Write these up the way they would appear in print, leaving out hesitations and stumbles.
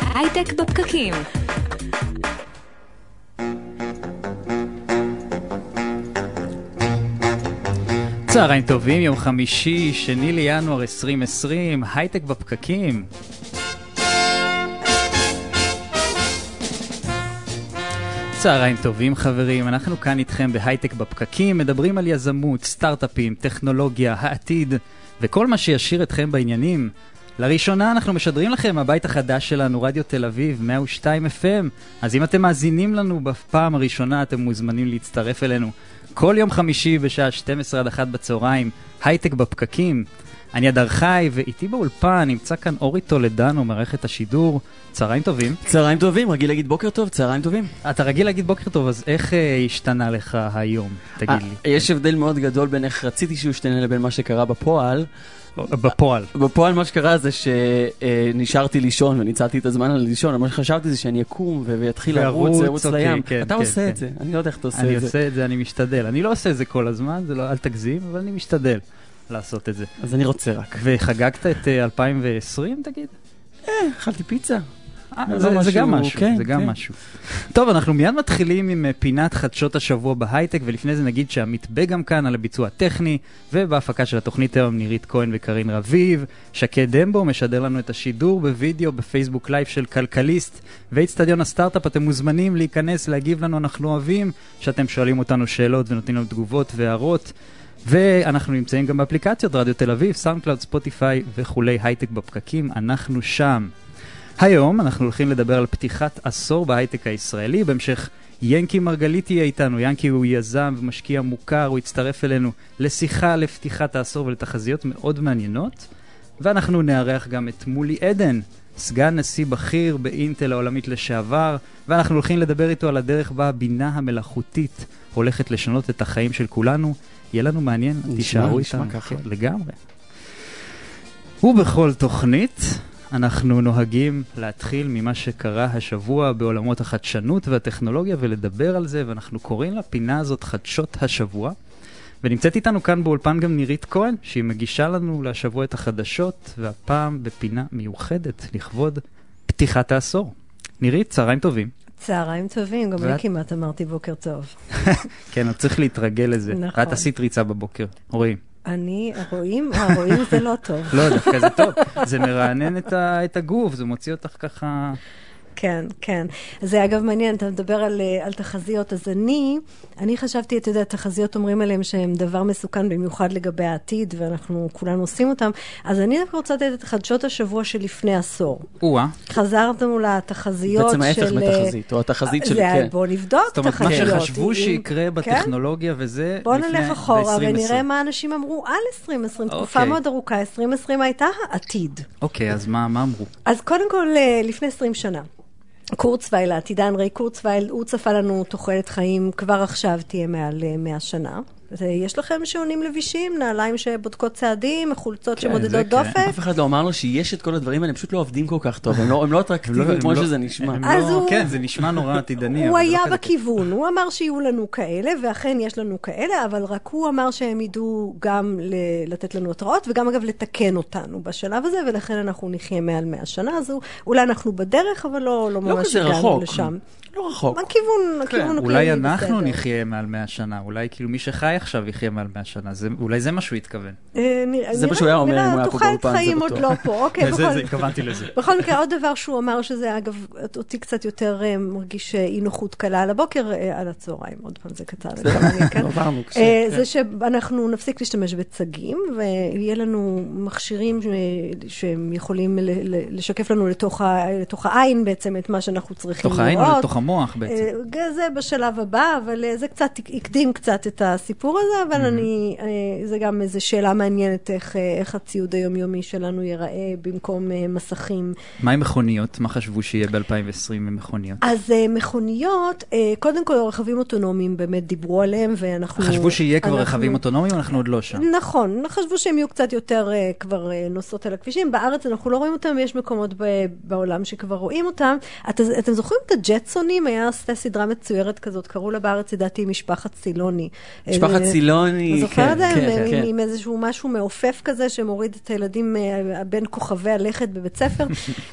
הייטק בפקקים. צהריים טובים, יום חמישי, 2 לינואר 2020, הייטק בפקקים. צהריים טובים חברים, אנחנו כאן איתכם בהייטק בפקקים, מדברים על יזמות, סטארט-אפים, טכנולוגיה, העתיד וכל מה שישאיר אתכם בעניינים. לראשונה אנחנו משדרים לכם הבית החדש שלנו, רדיו תל אביב, 102 FM, אז אם אתם מאזינים לנו בפעם הראשונה אתם מוזמנים להצטרף אלינו. כל יום חמישי בשעה 12 עד 1 בצהריים, הייטק בפקקים. אני אדר חי, ואיתי באולפן נמצא כאן אורי טולדנו, מערכת השידור. צהריים טובים. צהריים טובים, רגיל להגיד בוקר טוב, צהריים טובים. אתה רגיל להגיד בוקר טוב, אז איך השתנה לך היום? תגיד לי. יש הבדל מאוד גדול בין איך רציתי שהוא ישתנה לבין מה שקרה בפועל. בפועל מה שקרה זה שנשארתי לישון וניצלתי את הזמן על לישון, מה שחשבתי זה שאני אקום ויתחיל לרוץ לים. אתה עושה את זה, אני לא יודע איך אתה עושה את זה. אני עושה את זה, אני משתדל. אני לא עושה את זה כל הזמן, אל תגזים, אבל אני משתדל לעשות את זה. אז אני רוצה רק. וחגגת את 2020, תגיד? אכלתי פיצה. זה גם משהו, זה גם משהו. טוב, אנחנו מיד מתחילים עם פינת חדשות השבוע בהייטק, ולפני זה נגיד שהמתבא גם כאן על הביצוע הטכני, ובהפקה של התוכנית היום נירית כהן וקרין רביב. שקד דמבו משדר לנו את השידור בווידאו בפייסבוק לייב של כלכליסט, ואצטדיון הסטארט-אפ. אתם מוזמנים להיכנס, להגיב לנו, אנחנו אוהבים שאתם שואלים אותנו שאלות ונותנים לנו תגובות והערות. ואנחנו נמצאים גם באפליקציות רדיו תל אביב, סאונדקלאוד, ספוטיפיי וכולי. הייטק בפקקים, אנחנו שם. היום אנחנו הולכים לדבר על פתיחת עשור בהייטק הישראלי. בהמשך ינקי מרגלית יהיה איתנו. ינקי הוא יזם ומשקיע מוכר, הוא יצטרף אלינו לשיחה לפתיחת העשור ולתחזיות מאוד מעניינות. ואנחנו נארח גם את מולי עדן, סגן נשיא בכיר באינטל העולמית לשעבר, ואנחנו הולכים לדבר איתו על הדרך בה הבינה המלאכותית הולכת לשנות את החיים של כולנו. יהיה לנו מעניין, תישארו איתנו. כן, לגמרי. ובכל תוכנית אנחנו נוהגים להתחיל ממה שקרה השבוע בעולמות החדשנות והטכנולוגיה ולדבר על זה, ואנחנו קוראים לפינה הזאת חדשות השבוע. ונמצאת איתנו כאן באולפן גם נירית כהן, שהיא מגישה לנו לשבוע את החדשות, והפעם בפינה מיוחדת לכבוד פתיחת העשור. נירית, צהריים טובים. צהריים טובים, גם לי כמעט אמרתי בוקר טוב. כן, את צריך להתרגל לזה. נכון. את עשית ריצה בבוקר, רואים. רואים זה לא טוב. לא, דווקא זה טוב. זה מרענן את הגוף, זה מוציא אותך ככה. כן, כן. זה אגב מעניין, אתה מדבר על תחזיות, אז אני חשבתי, אתה יודע, תחזיות אומרים עליהם שהם דבר מסוכן במיוחד לגבי העתיד, ואנחנו כולנו עושים אותם, אז אני דווקא רוצה לתת את חדשות השבוע שלפני עשור. חזרתנו לתחזיות של... בעצם ההפך מתחזית, או התחזית של... בואו נבדוק תחזיות. זאת אומרת, מה שחשבו שיקרה בטכנולוגיה וזה לפני... בואו נלך אחורה ונראה מה אנשים אמרו על 2020, תקופה מאוד ארוכה, 2020 הייתה העתיד. אוקיי, אז מה אמרו? אז קודם כל, לפני 20 שנה. קורצווייל, העתידן ריי קורצווייל, הוא צפה לנו תוחלת חיים, כבר עכשיו תהיה מעל 100 שנה. יש לכם שעונים לבישים, נעליים שבודקות צעדים, חולצות שמודדות דופק? אף אחד לא אמר לו שיש את כל הדברים האלה, הם פשוט לא עובדים כל כך טוב, הם לא אטרקטיביים כמו שזה נשמע. כן, זה נשמע נורא עתידני. הוא היה בכיוון, הוא אמר שיהיו לנו כאלה, ואכן יש לנו כאלה, אבל רק הוא אמר שהם ידעו גם לתת לנו התראות, וגם אגב לתקן אותנו בשלב הזה, ולכן אנחנו נחיה מעל 100 שנה, אז אולי אנחנו בדרך, אבל לא ממש הגענו לשם. לא רחוק. הכיוון הכללי אולי אנחנו נחיה מעל 100 שנה, אולי כאילו מי שחי עכשיו יחיה מעל 100 שנה, אולי זה מה שהוא התכוון. זה מה שהוא היה אומר אם הוא היה פה באולפן, תוחלת חיים עוד לא פה, אוקיי. התכוונתי לזה. בכל מקרה, עוד דבר שהוא אמר שזה, אגב, אותי קצת יותר מרגיש אי נוחות קלה על הבוקר, על הצהריים, עוד פעם זה קטן. זה שאנחנו נפסיק להשתמש בצגים, ויהיה לנו מכשירים שהם יכולים לשקף לנו לתוך העין בעצם את מה שאנחנו צריכים לראות. המוח בעצם. זה בשלב הבא, אבל זה קצת יקדים קצת את הסיפור הזה, אבל זה גם איזו שאלה מעניינת איך הציוד היומיומי שלנו ייראה במקום מסכים. מה עם מכוניות? מה חשבו שיהיה ב-2020 עם מכוניות? אז מכוניות, קודם כל רכבים אוטונומיים באמת דיברו עליהם, ואנחנו... חשבו שיהיה כבר רכבים אוטונומיים, אנחנו עוד לא שם. נכון, חשבו שהם יהיו קצת יותר כבר נוסעות על הכבישים. בארץ אנחנו לא רואים אותם, יש מקומות בעולם שכבר רואים אותם. אתם זוכרים את הג'טסון? היה סדרה מצוירת כזאת, קראו לה בארץ, ידעתי, משפחת סילוני. משפחת הצילוני. זוכר את זה? עם איזשהו משהו מעופף כזה, שמוריד את הילדים בין כוכבי הלכת בבית ספר.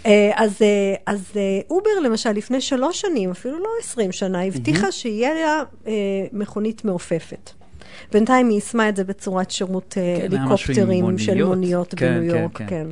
אז אובר, למשל, לפני 3 שנים, אפילו לא 20 שנה, הבטיחה שיהיה לה מכונית מעופפת. בינתיים היא יישמה את זה בצורת שירות הליקופטרים של מוניות בניו יורק. כן.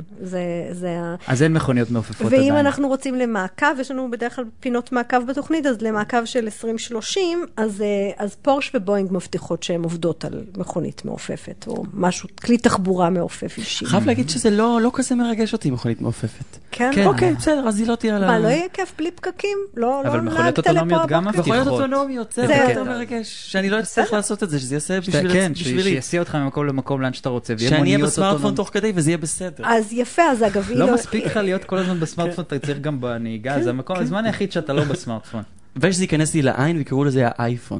אז אין מכוניות מעופפות עדיין. ואם אנחנו רוצים למעקב, יש לנו בדרך כלל פינות מעקב בתוכנית, אז למעקב של 2030, אז פורש ובואינג מבטיחות שהן עובדות על מכונית מעופפת, או משהו, כלי תחבורה מעופף אישי. חייב להגיד שזה לא כזה מרגש אותי מכונית מעופפת. כן? אוקיי, בסדר, אז היא לא תהיה לה... מה, לא יהיה כיף בלי פקקים? אבל מכוניות אוטונומיות גם מבטיחות. מכוניות אוטונומיות, זה יותר מרגש. שאני לא אצטרך לעשות את זה, שזה יעשה כן, שיסיע אותך ממקום למקום לאן שאתה רוצה. שאני אהיה בסמארטפון תוך כדי וזה יהיה בסדר. אז יפה, אז אגב... לא מספיק לך להיות כל הזמן בסמארטפון, אתה צריך גם בנהיגה, זה הזמן היחיד שאתה לא בסמארטפון. ושזה ייכנס לי לעין ויקראו לזה האייפון.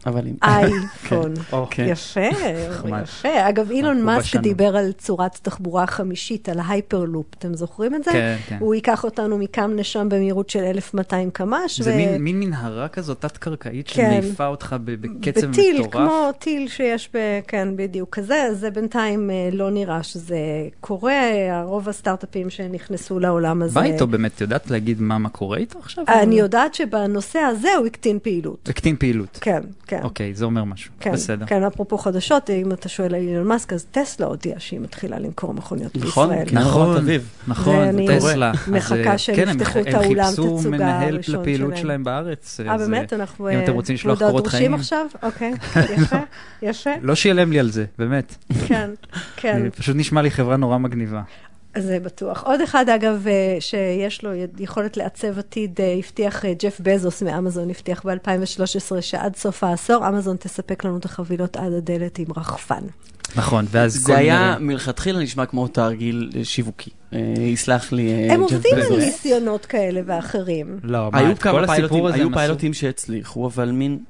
אייפון. יפה, יפה. אגב, אילון מאסק דיבר על צורת תחבורה חמישית, על ההייפרלופ. אתם זוכרים את זה? כן, כן. הוא ייקח אותנו מכאן לשם במהירות של 1200 קמ"ש. זה מין מנהרה כזאת תת-קרקעית שמעיפה אותך בקצב מטורף. בטיל, כמו טיל שיש כן, בדיוק כזה. זה בינתיים לא נראה שזה קורה. הרוב הסטארט-אפים שנכנסו לעולם הזה... מה איתו באמת? יודעת להגיד מה קורה איתו עכשיו? אני יודעת שבנושא הזה הוא הקטין פעילות. הקטין פעילות. כן. כן. אוקיי, זה אומר משהו. כן, בסדר. כן, אפרופו חדשות, אם אתה שואל על אילון מאסק, אז טסלה הודיעה שהיא מתחילה למכור מכוניות בישראל. נכון, טסלה. מחכה שנפתחו את האולם תצוגה הראשון שלהם. הם חיפשו מנהל לפעילות שלהם בארץ. באמת, אנחנו אם אתם רוצים לשלוח קורות חיים. עכשיו? אוקיי, יפה, יפה. לא שילם לי על זה, באמת. כן, כן. פשוט נשמע לי חברה נורא מגניבה. אז זה בטוח. עוד אחד, אגב, שיש לו יכולת לעצב עתיד, הבטיח ג'ף בזוס מאמזון, הבטיח ב-2013 שעד סוף העשור, אמזון תספק לנו את החבילות עד הדלת עם רחפן. נכון, ואז זה היה מלכתחילה נשמע כמו תרגיל שיווקי. יסלח לי ג'ף בזוס. הם עובדים על ניסיונות כאלה ואחרים. לא, היו פיילוטים שהצליחו, אבל מין...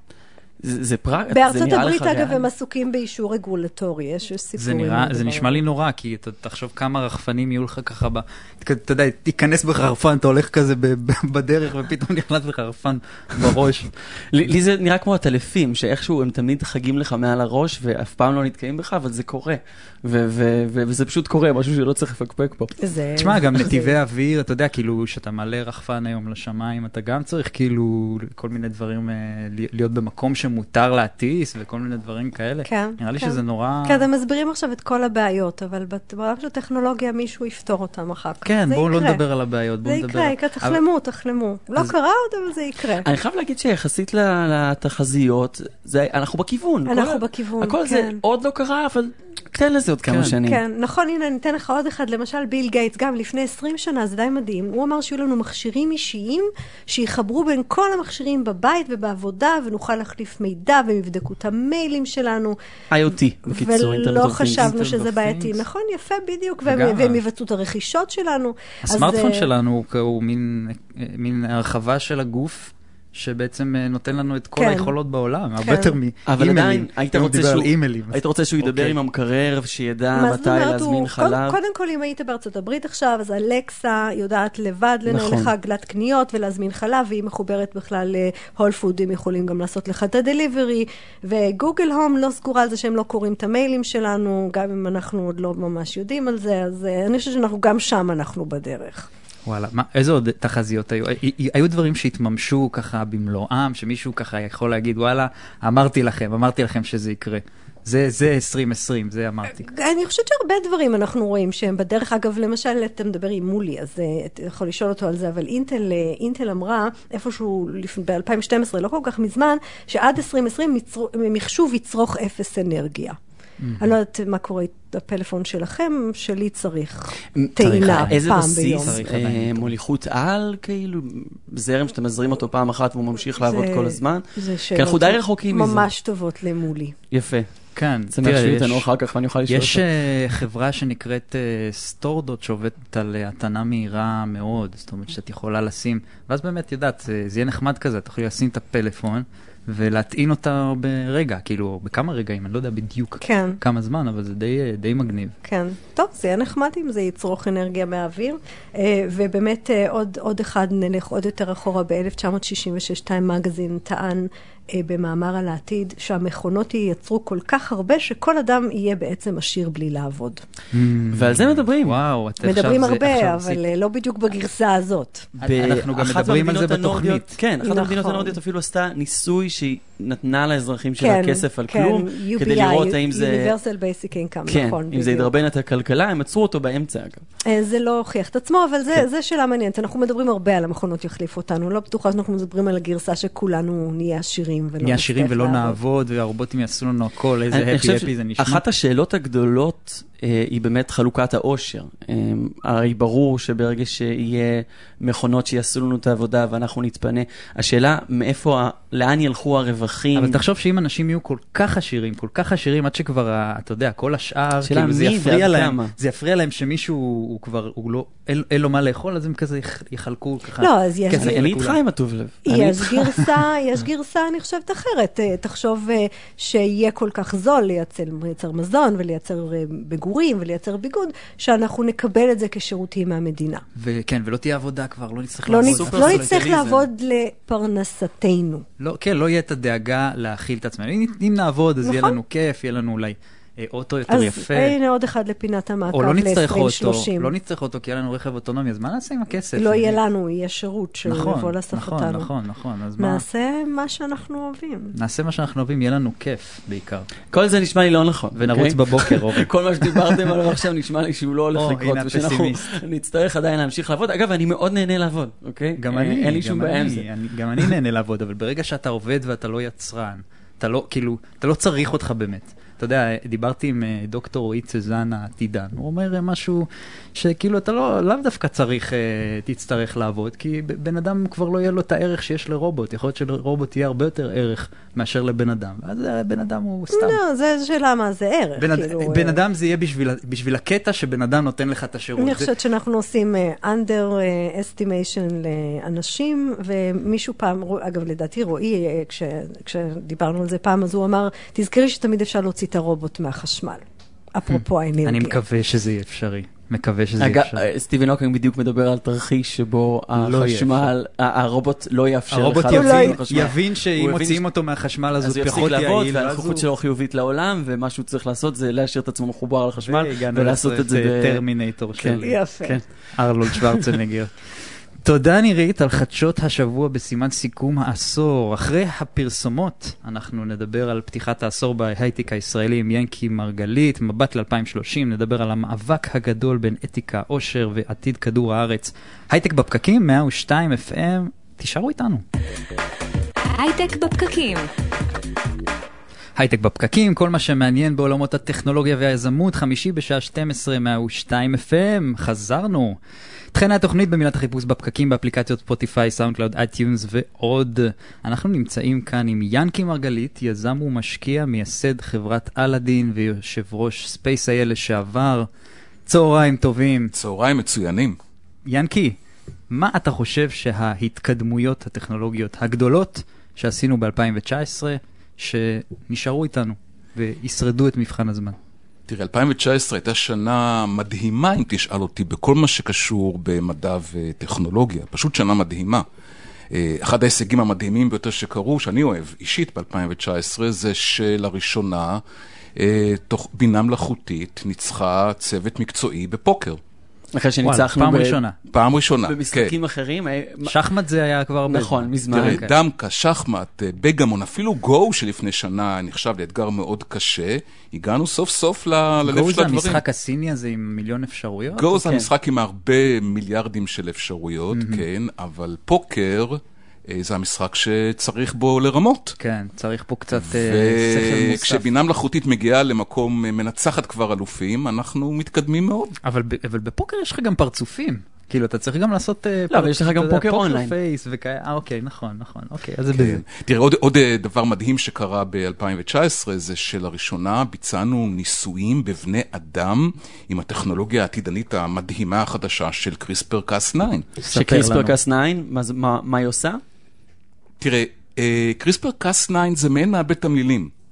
בארצות הברית, אגב, הם עסוקים באישור רגולטורי, יש סיפורים. זה נשמע לי נורא, כי תחשוב כמה רחפנים יהיו לך ככה, אתה יודע, תיכנס בך רחפן, אתה הולך כזה בדרך, ופתאום נכנס בך רחפן בראש. לי זה נראה כמו הטלפים, שאיכשהו הם תמיד חגים לך מעל הראש, ואף פעם לא נתקעים בך, אבל זה קורה. וזה פשוט קורה, משהו שלא צריך לפקפק פה. תשמע, גם נתיבי אוויר, אתה יודע, כאילו, שאתה מעלה רחפן היום לשמיים, אתה גם צריך כאילו כל מיני דברים להיות במקום שמותר להטיס וכל מיני דברים כאלה. כן. נראה לי שזה נורא... כן, הם מסבירים עכשיו את כל הבעיות, אבל בעולם של הטכנולוגיה מישהו יפתור אותם אחר כך. כן, בואו לא נדבר על הבעיות. זה יקרה, תחלמו. לא קרה עוד, אבל זה יקרה. אני חייב להגיד שיחסית לתחזיות, אנחנו בכיוון. אנחנו בכיוון, כן. הכל זה עוד לא קרה, אבל... תן לזה עוד כמה שנים. כן, נכון, הנה, ניתן לך עוד אחד, למשל ביל גייטס, גם לפני 20 שנה, זה די מדהים, הוא אמר שיהיו לנו מכשירים אישיים, שיחברו בין כל המכשירים בבית ובעבודה, ונוכל להחליף מידע, והם יבדקו את המיילים שלנו. IoT, בקיצור, ולא חשבנו שזה בעייתי. נכון, יפה, בדיוק, והם יבצעו את הרכישות שלנו. הסמארטפון שלנו הוא מין הרחבה של הגוף, שבעצם נותן לנו את כל היכולות בעולם, הרבה יותר מאימיילים. אבל עדיין, היית רוצה שהוא ידבר עם המקרר, שידע מתי להזמין חלב? קודם כל, אם היית בארצות הברית עכשיו, אז אלקסה יודעת לבד לנהל לך עגלת קניות ולהזמין חלב, והיא מחוברת בכלל להול פוד, הם יכולים גם לעשות לך את הדליברי, וגוגל הום לא סגורה על זה שהם לא קוראים את המיילים שלנו, גם אם אנחנו עוד לא ממש יודעים על זה, אז אני חושבת שאנחנו גם שם אנחנו בדרך. וואלה, איזה עוד תחזיות היו? היו דברים שהתממשו ככה במלואם, שמישהו ככה יכול להגיד, וואלה, אמרתי לכם שזה יקרה. זה 2020, זה אמרתי. אני חושבת שהרבה דברים אנחנו רואים שהם בדרך, אגב, למשל, אתה מדבר עם מולי, אז אתה יכול לשאול אותו על זה, אבל אינטל אמרה, איפשהו ב-2012, לא כל כך מזמן, שעד 2020 מחשוב יצרוך אפס אנרגיה. אני לא יודעת מה קורה הפלאפון שלכם, שלי צריך טעינה פעם ביום. איזה בסיס? מוליכות על, כאילו, זרם שאתה מזרים אותו פעם אחת והוא ממשיך לעבוד כל הזמן? כי אנחנו די רחוקים מזה. ממש טובות למולי. יפה. כן, זה מאפשר אותנו אחר כך ואני אוכל לשאול אותה. יש חברה שנקראת סטורדות שעובדת על התנה מהירה מאוד, זאת אומרת שאת יכולה לשים, ואז באמת יודעת, זה יהיה נחמד כזה, אתה יכול לשים את הפלאפון, ולהטעין אותה ברגע, כאילו, בכמה רגעים, אני לא יודע בדיוק כמה זמן, אבל זה די מגניב. כן, טוב, זה יהיה נחמד אם זה יצרוך אנרגיה מהאוויר, ובאמת עוד אחד נלך עוד יותר אחורה, ב-1966 טיים מגזין טען במאמר על העתיד, שהמכונות ייצרו כל כך הרבה, שכל אדם יהיה בעצם עשיר בלי לעבוד. ועל זה מדברים. וואו, מדברים הרבה, אבל לא בדיוק בגרסה הזאת. אנחנו גם מדברים על זה בתוכנית. כן, אחת המדינות הנורדיות אפילו עשתה ניסוי שהיא נתנה לאזרחים שלה כסף על כלום, כדי לראות האם זה... Universal Basic Income, כן, נכון. אם זה ידרבן את הכלכלה, הם עצרו אותו באמצע, אגב. זה לא הוכיח את עצמו, אבל זה שאלה מעניינת. אנחנו מדברים הרבה על המכונות יחליפו אותנו. לא בטוחה שאנחנו מדברים על הגרסה שכולנו נהיה עשירים נהיה עשירים ולא נעבוד, והרובוטים יעשו לנו הכל, איזה הפי זה נשמע. אחת השאלות הגדולות היא באמת חלוקת העושר. הרי ברור שברגע שיהיה מכונות שיעשו לנו את העבודה ואנחנו נתפנה, השאלה מאיפה, לאן ילכו הרווחים. אבל תחשוב שאם אנשים יהיו כל כך עשירים, עד שכבר, אתה יודע, כל השאר, כאילו זה יפריע להם שמישהו הוא כבר, אין לו מה לאכול, אז הם כזה יחלקו ככה. לא, אז אני איתך עם הטוב לב. יש גרסה, אני חושבת אחרת. תחשוב שיהיה כל כך זול לייצר מזון ולייצר בגורים ולייצר ביגוד, שאנחנו נקבל את זה כשירותים מהמדינה. וכן, ולא תהיה עבודה כבר, לא נצטרך לעבוד. לא נצטרך לעבוד לפרנסתנו. כן, לא יהיה את הדאגה להכיל את עצמנו. אם נעבוד, אז יהיה לנו כיף, יהיה לנו אולי אוטו יותר יפה. אז הנה עוד אחד לפינת המעקב או לא נצטרך אותו, כי יהיה לנו רכב אוטונומי, אז מה נעשה עם הכסף? לא יהיה לנו, יהיה שירות שיבוא לאסוף אותנו. נכון. נעשה מה שאנחנו אוהבים. יהיה לנו כיף בעיקר. כל זה נשמע לי לא נכון. ונרוץ בבוקר, אורי. כל מה שדיברתם עליו עכשיו נשמע לי שהוא לא הולך לקרות, ושאנחנו נצטרך עדיין להמשיך לעבוד. אגב, אני מאוד נהנה לעבוד, אוקיי? גם אני. אין לי שום בעיה עם זה. גם אני נהנה לעבוד, אבל ברגע שאתה עובד ואתה לא יצרן, אתה לא צריך אותך באמת. אתה יודע, דיברתי עם דוקטור רועי צזן העתידן, הוא אומר משהו שכאילו אתה לאו דווקא תצטרך לעבוד, כי בן אדם כבר לא יהיה לו את הערך שיש לרובוט, יכול להיות שלרובוט יהיה הרבה יותר ערך מאשר לבן אדם, ואז בן אדם הוא סתם. לא, זה שאלה מה זה ערך. בן אדם זה יהיה בשביל הקטע שבן אדם נותן לך את השירות. אני חושבת שאנחנו עושים underestimation לאנשים, ומישהו פעם, אגב לדעתי רועי, כשדיברנו על זה פעם, אז הוא אמר, תזכרי שתמיד אפשר להוציא את הרובוט מהחשמל. אפרופו האנרגיה. אני מקווה שזה יהיה אפשרי. סטיבן הוקינג בדיוק מדבר על תרחיש שבו החשמל, הרובוט לא יאפשר הרובוט יבין שאם מוציאים אותו מהחשמל אז הוא פחות יעיל. והנוכחות שלו חיובית לעולם, ומה שהוא צריך לעשות זה להשאיר את עצמו מחובר על החשמל, ולעשות את זה טרמינטור של יפה. ארנולד שוורצנגר. תודה נירית על חדשות השבוע בסימן סיכום העשור. אחרי הפרסומות אנחנו נדבר על פתיחת העשור בהייטק הישראלי עם ינקי מרגלית, מבט ל-2030, נדבר על המאבק הגדול בין אתיקה, עושר ועתיד כדור הארץ. הייטק בפקקים, 102 FM, תישארו איתנו. הייטק בפקקים. הייטק בפקקים, כל מה שמעניין בעולמות הטכנולוגיה והיזמות, חמישי בשעה 12, 102 FM, חזרנו. תכן התוכנית במילת החיפוש בפקקים, באפליקציות ספוטיפיי, סאונדקלאוד, אייטיונס ועוד. אנחנו נמצאים כאן עם ינקי מרגלית, יזם ומשקיע, מייסד חברת אלאדין ויושב ראש ספייס.איי לשעבר. צהריים טובים. צהריים מצוינים. ינקי, מה אתה חושב שההתקדמויות הטכנולוגיות הגדולות שעשינו ב-2019 שנשארו איתנו וישרדו את מבחן הזמן? תראה, 2019 הייתה שנה מדהימה, אם תשאל אותי, בכל מה שקשור במדע וטכנולוגיה. פשוט שנה מדהימה. אחד ההישגים המדהימים ביותר שקרו, שאני אוהב אישית ב-2019, זה שלראשונה, תוך בינה מלאכותית, ניצחה צוות מקצועי בפוקר. אחרי שניצחנו פעם ראשונה. במשחקים אחרים. שחמט זה היה כבר הרבה. נכון, מזמן. תראה, דמקה, שחמט, בגמון, אפילו גו שלפני שנה נחשב לאתגר מאוד קשה, הגענו סוף סוף ללב של הדברים. גו זה המשחק הסיני הזה עם מיליון אפשרויות? גו זה המשחק עם הרבה מיליארדים של אפשרויות, כן, אבל פוקר זה המשחק שצריך בו לרמות. כן, צריך פה קצת שכל מוסף. וכשבינה מלאכותית מגיעה למקום מנצחת כבר אלופים, אנחנו מתקדמים מאוד. אבל בפוקר יש לך גם פרצופים. כאילו, אתה צריך גם לעשות... לא, אבל יש לך גם פוקר אונליין. אוקיי, נכון. אוקיי, אז זה בזה. תראה, עוד דבר מדהים שקרה ב-2019, זה שלראשונה ביצענו ניסויים בבני אדם עם הטכנולוגיה העתידנית המדהימה החדשה של CRISPR-Cas9. ש-CRISPR-Cas9, מה היא עושה? תראה, CRISPR-Cas9 זה מעין מעבד תמלילים,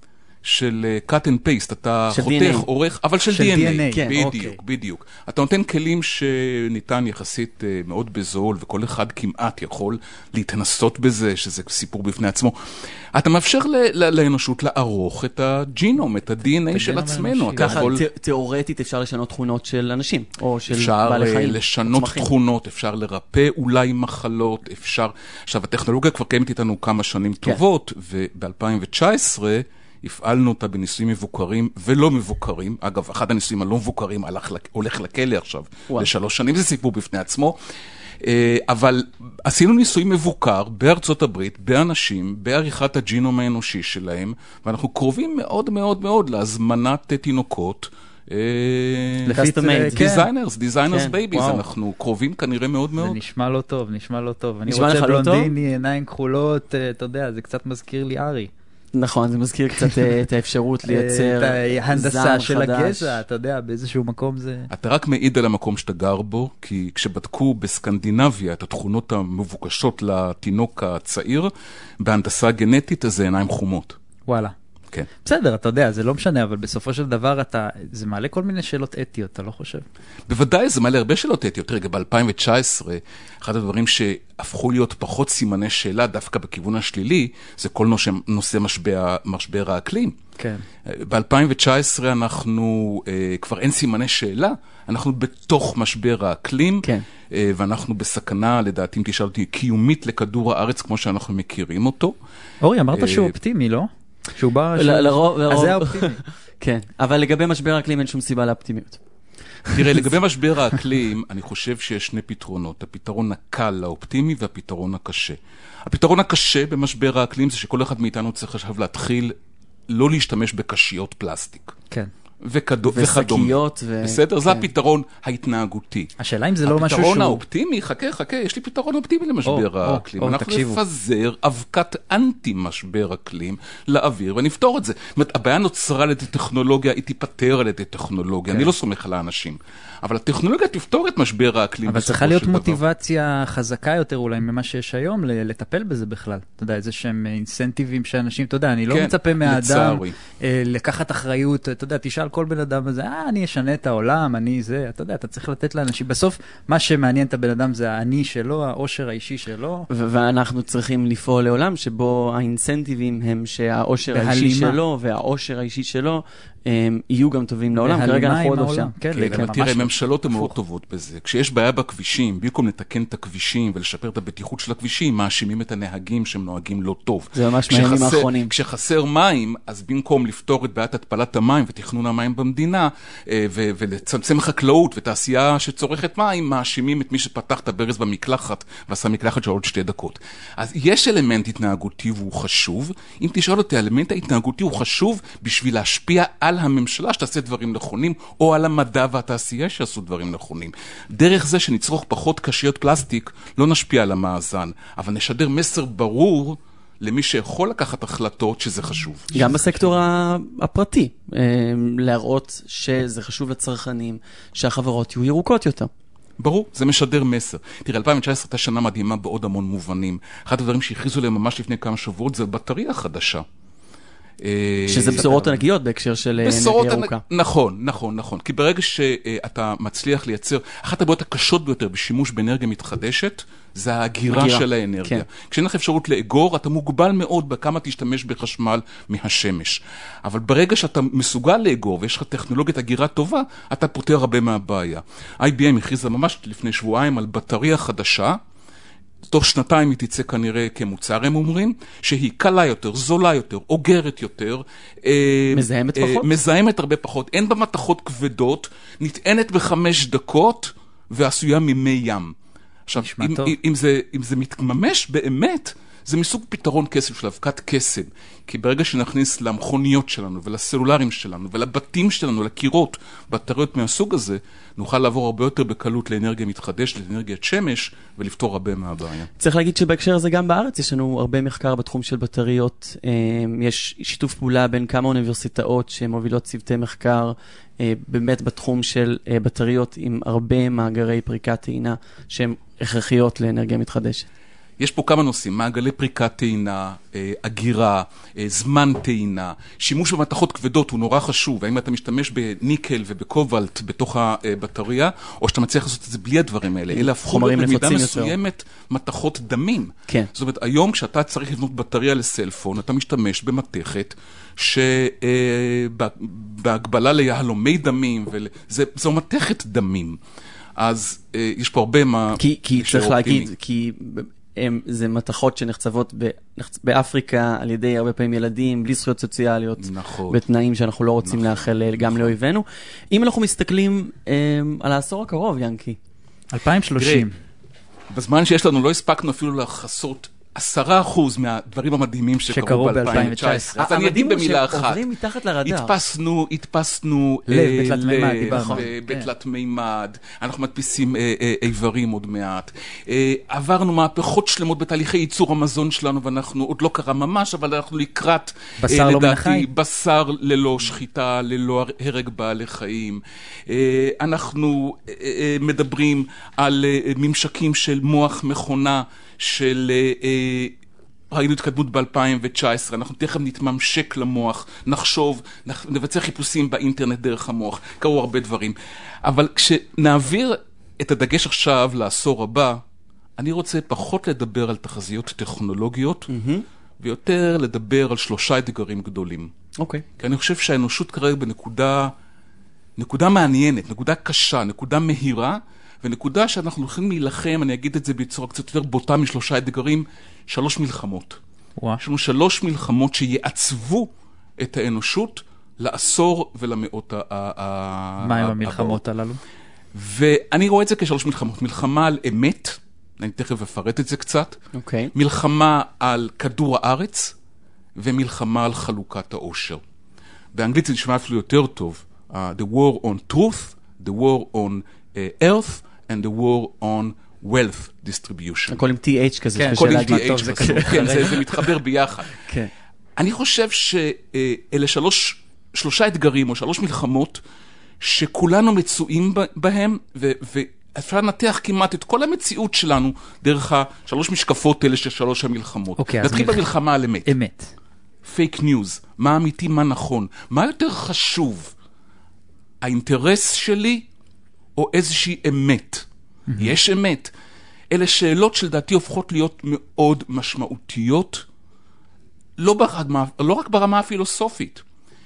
של cut and paste, אתה חותך, עורך, אבל של DNA. כן, בדיוק, בדיוק. אתה נותן כלים שניתן יחסית מאוד בזול, וכל אחד כמעט יכול להתנסות בזה, שזה סיפור בפני עצמו. אתה מאפשר לאנושות לערוך את הג'ינום, את ה-DNA של עצמנו. ככה תיאורטית אפשר לשנות תכונות של אנשים, או של בעלי חיים. אפשר לשנות תכונות, אפשר לרפא אולי מחלות, אפשר... עכשיו, הטכנולוגיה כבר קיימת איתנו כמה שנים טובות, וב-2019 הפעלנו אותה בניסויים מבוקרים ולא מבוקרים. אגב, אחד הניסויים הלא מבוקרים הולך לכלא עכשיו. ל3 שנים, זה סיפור בפני עצמו. אבל עשינו ניסוי מבוקר בארצות הברית, באנשים, בעריכת הג'ינום האנושי שלהם, ואנחנו קרובים מאוד מאוד מאוד להזמנת תינוקות, דיזיינרס בייביז, אנחנו קרובים כנראה מאוד מאוד. זה נשמע לא טוב, נשמע לא טוב. אני רוצה בלונדיני, עיניים כחולות, אתה יודע, זה קצת מזכיר לי ארי. נכון, זה מזכיר קצת את האפשרות לייצר את ההנדסה של הגזע, אתה יודע, באיזשהו מקום זה... אתה רק מעיד על המקום שאתה גר בו, כי כשבדקו בסקנדינביה את התכונות המבוקשות לתינוק הצעיר, בהנדסה גנטית, אז זה עיניים חומות. וואלה. כן. בסדר, אתה יודע, זה לא משנה, אבל בסופו של דבר זה מעלה כל מיני שאלות אתיות, אתה לא חושב? בוודאי, זה מעלה הרבה שאלות אתיות. רגע, ב-2019, אחד הדברים שהפכו להיות פחות סימני שאלה, דווקא בכיוון השלילי, זה כל נושא משבר האקלים. כן. ב-2019 אנחנו, כבר אין סימני שאלה, אנחנו בתוך משבר האקלים, כן. ואנחנו בסכנה, לדעתי, אם תשאל אותי, קיומית לכדור הארץ, כמו שאנחנו מכירים אותו. אורי, אמרת שהוא אופטימי, לא? שהוא בא... לרוב... אז זה האופטימי. כן, אבל לגבי משבר האקלים אין שום סיבה לאופטימיות. תראה, לגבי משבר האקלים, אני חושב שיש 2 פתרונות. הפתרון הקל לאופטימי והפתרון הקשה. הפתרון הקשה במשבר האקלים זה שכל אחד מאיתנו צריך עכשיו להתחיל לא להשתמש בקשיות פלסטיק. כן. ושקיות בסדר? זה הפתרון ההתנהגותי. השאלה אם זה לא משהו שהוא... הפתרון האופטימי, חכה, יש לי פתרון אופטימי למשבר האקלים. אנחנו נפזר אבקת אנטי משבר אקלים לאוויר ונפתור את זה. זאת אומרת, הבעיה נוצרה על ידי טכנולוגיה, היא תיפטר על ידי טכנולוגיה. אני לא סומך על האנשים. אבל הטכנולוגיה תפתור את משבר האקלים. אבל צריכה להיות מוטיבציה חזקה יותר אולי ממה שיש היום, לטפל בזה בכלל. אתה יודע, איזה שהם אינסנטיבים שאנשים, אתה יודע, אני לא מצפה מהאדם לקחת אחריות, אתה יודע, תשאל כל בן אדם הזה, אני אשנה את העולם, אני זה, אתה יודע, אתה צריך לתת לאנשים. בסוף, מה שמעניין את הבן אדם זה האני שלו, העושר האישי שלו. ואנחנו צריכים לפעול לעולם שבו האינסנטיבים הם שהעושר האישי שלו והעושר האישי שלו יהיו גם טובים לעולם, כרגע אנחנו עוד לא שם. אבל תראה, ממשלות הן מאוד טובות בזה. כשיש בעיה בכבישים, במקום לתקן את הכבישים ולשפר את הבטיחות של הכבישים, מאשימים את הנהגים שהם נוהגים לא טוב. זה ממש מהימים האחרונים. כשחסר מים, אז במקום לפתור את בעיית התפלת המים ותכנון המים במדינה, ולצמצם חקלאות ותעשייה שצורכת מים, מאשימים את מי שפתח את הברז במקלחת ועשה מקלחת של עוד 2 דקות. אז יש אלמנט התנהגותי והוא חשוב. אם תשאל אותי, האלמנט ההתנהגותי הוא חשוב בשביל להשפיע על הממשלה שתעשה דברים נכונים, או על המדע והתעשייה שעשו דברים נכונים. דרך זה שנצרוך פחות קשיות פלסטיק, לא נשפיע על המאזן, אבל נשדר מסר ברור למי שיכול לקחת החלטות שזה חשוב. גם בסקטור הפרטי, להראות שזה חשוב לצרכנים, שהחברות יהיו ירוקות יותר. ברור, זה משדר מסר. תראה, 2019 הייתה שנה מדהימה בעוד המון מובנים. אחד הדברים שהכריזו להם ממש לפני כמה שבועות זה בטריה חדשה. שזה בשורות ענקיות בהקשר של אנרגיה ירוקה. נכון. כי ברגע שאתה מצליח לייצר, אחת הבעיות הקשות ביותר בשימוש באנרגיה מתחדשת, זה ההגירה של האנרגיה. כשאין לך אפשרות לאגור, אתה מוגבל מאוד בכמה תשתמש בחשמל מהשמש. אבל ברגע שאתה מסוגל לאגור, ויש לך טכנולוגיית הגירה טובה, אתה פותר הרבה מהבעיה. IBM הכריזה ממש לפני שבועיים על בטריה חדשה, תוך 2 היא תצא כנראה כמוצר, הם אומרים, שהיא קלה יותר, זולה יותר, אוגרת יותר. מזהמת הרבה פחות. אין בה מתכות כבדות, נטענת ב5 דקות, ועשויה ממי ים. עכשיו, אם זה מתממש באמת, זה מסוג פתרון קסם של אבקת קסם. כי ברגע שנכניס למכוניות שלנו, ולסלולרים שלנו, ולבתים שלנו, לקירות, בטריות מהסוג הזה, נוכל לעבור הרבה יותר בקלות לאנרגיה מתחדשת, לאנרגיית שמש, ולפתור הרבה מהבעיה. צריך להגיד שבהקשר הזה גם בארץ יש לנו הרבה מחקר בתחום של בטריות. יש שיתוף פעולה בין כמה אוניברסיטאות שמובילות צוותי מחקר, באמת בתחום של בטריות עם הרבה מאגרי פריקת טעינה, שהן הכרחיות לאנרגיה מתחדשת. יש פה כמה נושאים, מעגלי פריקת טעינה, אגירה, זמן טעינה, שימוש במתכות כבדות הוא נורא חשוב, האם אתה משתמש בניקל ובקובלט בתוך הבטריה, או שאתה מצליח לעשות את זה בלי הדברים האלה, אלא הפכו במידה מסוימת מתכות דמים. כן. זאת אומרת, היום כשאתה צריך לבנות בטריה לסלפון, אתה משתמש במתכת שבהגבלה ליהלומי דמים, זו מתכת דמים. אז יש פה הרבה מה... כי צריך להגיד, כי זה מתכות שנחצבות באפריקה על ידי הרבה פעמים ילדים, בלי זכויות סוציאליות, בתנאים שאנחנו לא רוצים לאחל גם לאויבינו. אם אנחנו מסתכלים על העשור הקרוב, ינקי. 2030. בזמן שיש לנו לא הספקנו אפילו לחסות 10% מהדברים המדהימים שקרו ב-2019. אז אני אגיד במילה אחת. עוברים מתחת לרדאר. הדפסנו לב בתלת מימד, אנחנו מדפיסים איברים עוד מעט. עברנו מהפכות שלמות בתהליכי ייצור המזון שלנו, ואנחנו עוד לא קרה ממש, אבל אנחנו לקראת, בשר לא מן החי. בשר ללא שחיטה, ללא הרג בעלי חיים. אנחנו מדברים על ממשקים של מוח מכונה, של ראינו התקדמות ב-2019, אנחנו תכף נתממשק למוח, נחשוב, נבצע חיפושים באינטרנט דרך המוח, קרו הרבה דברים. אבל כשנעביר את הדגש עכשיו לעשור הבא, אני רוצה פחות לדבר על תחזיות טכנולוגיות, ויותר לדבר על 3 אתגרים גדולים. אוקיי. כי אני חושב שהאנושות כרגע בנקודה מעניינת, נקודה קשה, נקודה מהירה, ונקודה שאנחנו הולכים להילחם, אני אגיד את זה בצורה קצת יותר בוטה מ3 אתגרים, 3 מלחמות. יש לנו 3 מלחמות שיעצבו את האנושות לעשור ולמאות מה עם המלחמות הללו? ואני רואה את זה כ3 מלחמות. מלחמה על אמת, אני תכף אפרט את זה קצת. מלחמה על כדור הארץ, ומלחמה על חלוקת העושר. באנגלית זה נשמע אפילו יותר טוב. The war on truth, the war on earth, and the war on wealth distribution. הכל עם TH כזה, קשה להגיד. כן, זה מתחבר ביחד. אני חושב שאלה 3 אתגרים או 3 מלחמות שכולנו מצויים בהם, ואפשר לנתח כמעט את כל המציאות שלנו דרך 3 משקפות האלה של 3 המלחמות. נתחיל במלחמה על אמת. אמת. פייק ניוז, מה אמיתי, מה נכון. מה יותר חשוב? האינטרס שלי או איזושהי אמת. יש אמת. אלה שאלות שלדעתי הופכות להיות מאוד משמעותיות, לא רק ברמה הפילוסופית.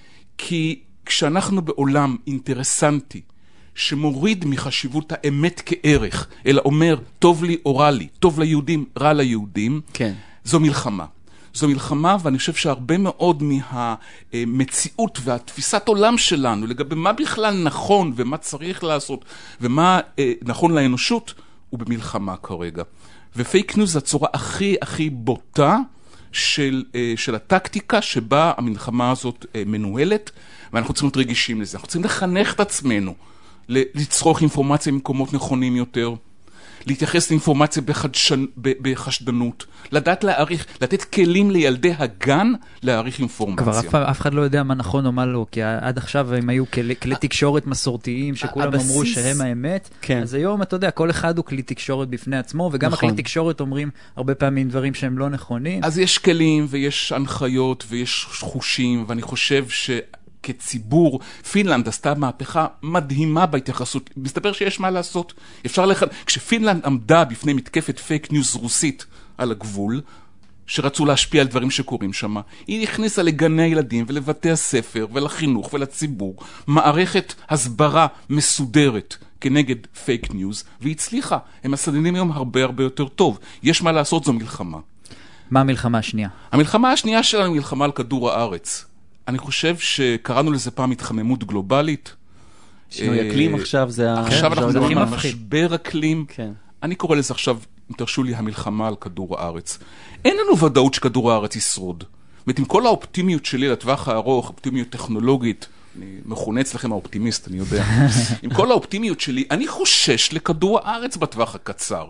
כי כשאנחנו בעולם אינטרסנטי, שמוריד מחשיבות האמת כערך, אלא אומר, טוב לי או רע לי, טוב ליהודים, רע ליהודים, כן. זו מלחמה. זו מלחמה, ואני חושב שהרבה מאוד מהמציאות והתפיסת עולם שלנו, לגבי מה בכלל נכון ומה צריך לעשות, ומה נכון לאנושות, הוא במלחמה כרגע. ופייק ניוז זה הצורה הכי בוטה של הטקטיקה שבה המלחמה הזאת מנוהלת, ואנחנו צריכים להיות רגישים לזה. אנחנו צריכים לחנך את עצמנו, לצרוך אינפורמציה ממקומות נכונים יותר, להתייחס לאינפורמציה בחשדנות, לדעת להעריך, לתת כלים לילדי הגן להעריך אינפורמציה. כבר אף אחד לא יודע מה נכון או מה לא, כי עד עכשיו הם היו כלי תקשורת מסורתיים, שכולם אמרו שהם האמת, אז היום אתה יודע, כל אחד הוא כלי תקשורת בפני עצמו, וגם הכלי תקשורת אומרים הרבה פעמים דברים שהם לא נכונים. אז יש כלים ויש הנחיות ויש חושים, ואני חושב כציבור, פינלנד עשתה מהפכה מדהימה בהתייחסות. מסתבר שיש מה לעשות. כשפינלנד עמדה בפני מתקפת פייק ניוז רוסית על הגבול, שרצו להשפיע על דברים שקורים שם, היא הכניסה לגני הילדים ולבתי הספר ולחינוך ולציבור, מערכת הסברה מסודרת כנגד פייק ניוז, והיא הצליחה. הם מסננים היום הרבה יותר טוב. יש מה לעשות, זו מלחמה. מה המלחמה השנייה? המלחמה השנייה שלנו היא מלחמה על כדור הארץ. אני חושב שקראנו לזה פעם התחממות גלובלית. שינוי אקלים עכשיו זה... עכשיו אנחנו מדברים על משבר אקלים. אני קורא לזה עכשיו, אם תרשו לי, המלחמה על כדור הארץ. אין לנו ודאות שכדור הארץ ישרוד. עם כל האופטימיות שלי לטווח הארוך, אופטימיות טכנולוגית, אני מכונה אצלכם האופטימיסט, אני יודע. עם כל האופטימיות שלי, אני חושש לכדור הארץ בטווח הקצר.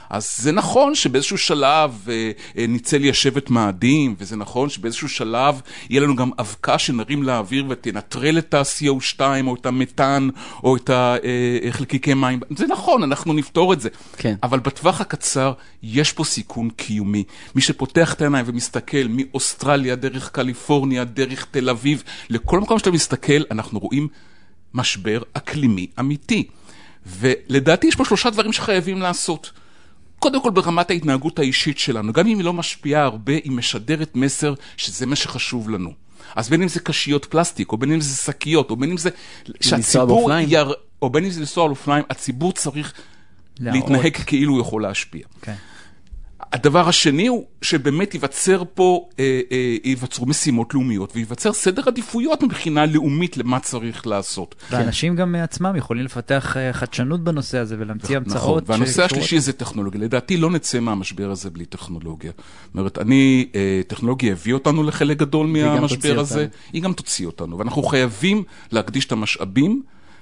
אז זה נכון שבאיזשהו שלב נצא ליישב את מאדים, וזה נכון שבאיזשהו שלב יהיה לנו גם אבקה שנרים לאוויר ותנטרל את ה-CO2 או את המתאן או את החלקיקי מים. זה נכון, אנחנו נפתור את זה. כן. אבל בטווח הקצר יש פה סיכון קיומי. מי שפותח את העיניים ומסתכל מאוסטרליה, דרך קליפורניה, דרך תל אביב, לכל מקום שאתה מסתכל, אנחנו רואים משבר אקלימי אמיתי. ולדעתי יש פה 3 דברים שחייבים לעשות. קודם כל ברמת ההתנהגות האישית שלנו, גם אם היא לא משפיעה הרבה, היא משדרת מסר שזה מה שחשוב לנו. אז בין אם זה קשיות פלסטיק, או בין אם זה שקיות, או בין אם זה שהציבור או בין אם זה לנסוע על אופניים, הציבור צריך להתנהג כאילו הוא יכול להשפיע. כן. הדבר השני הוא שבאמת ייווצר פה, ייווצרו משימות לאומיות, וייווצר סדר עדיפויות מבחינה לאומית למה צריך לעשות. ואנשים גם מעצמם יכולים לפתח חדשנות בנושא הזה ולהמציא המצאות. נכון, והנושא השלישי זה טכנולוגיה. לדעתי לא נצא מהמשבר הזה בלי טכנולוגיה. זאת אומרת, טכנולוגיה הביא אותנו לחלק גדול מהמשבר הזה, היא גם תוציא אותנו. ואנחנו חייבים להקדיש את המשאבים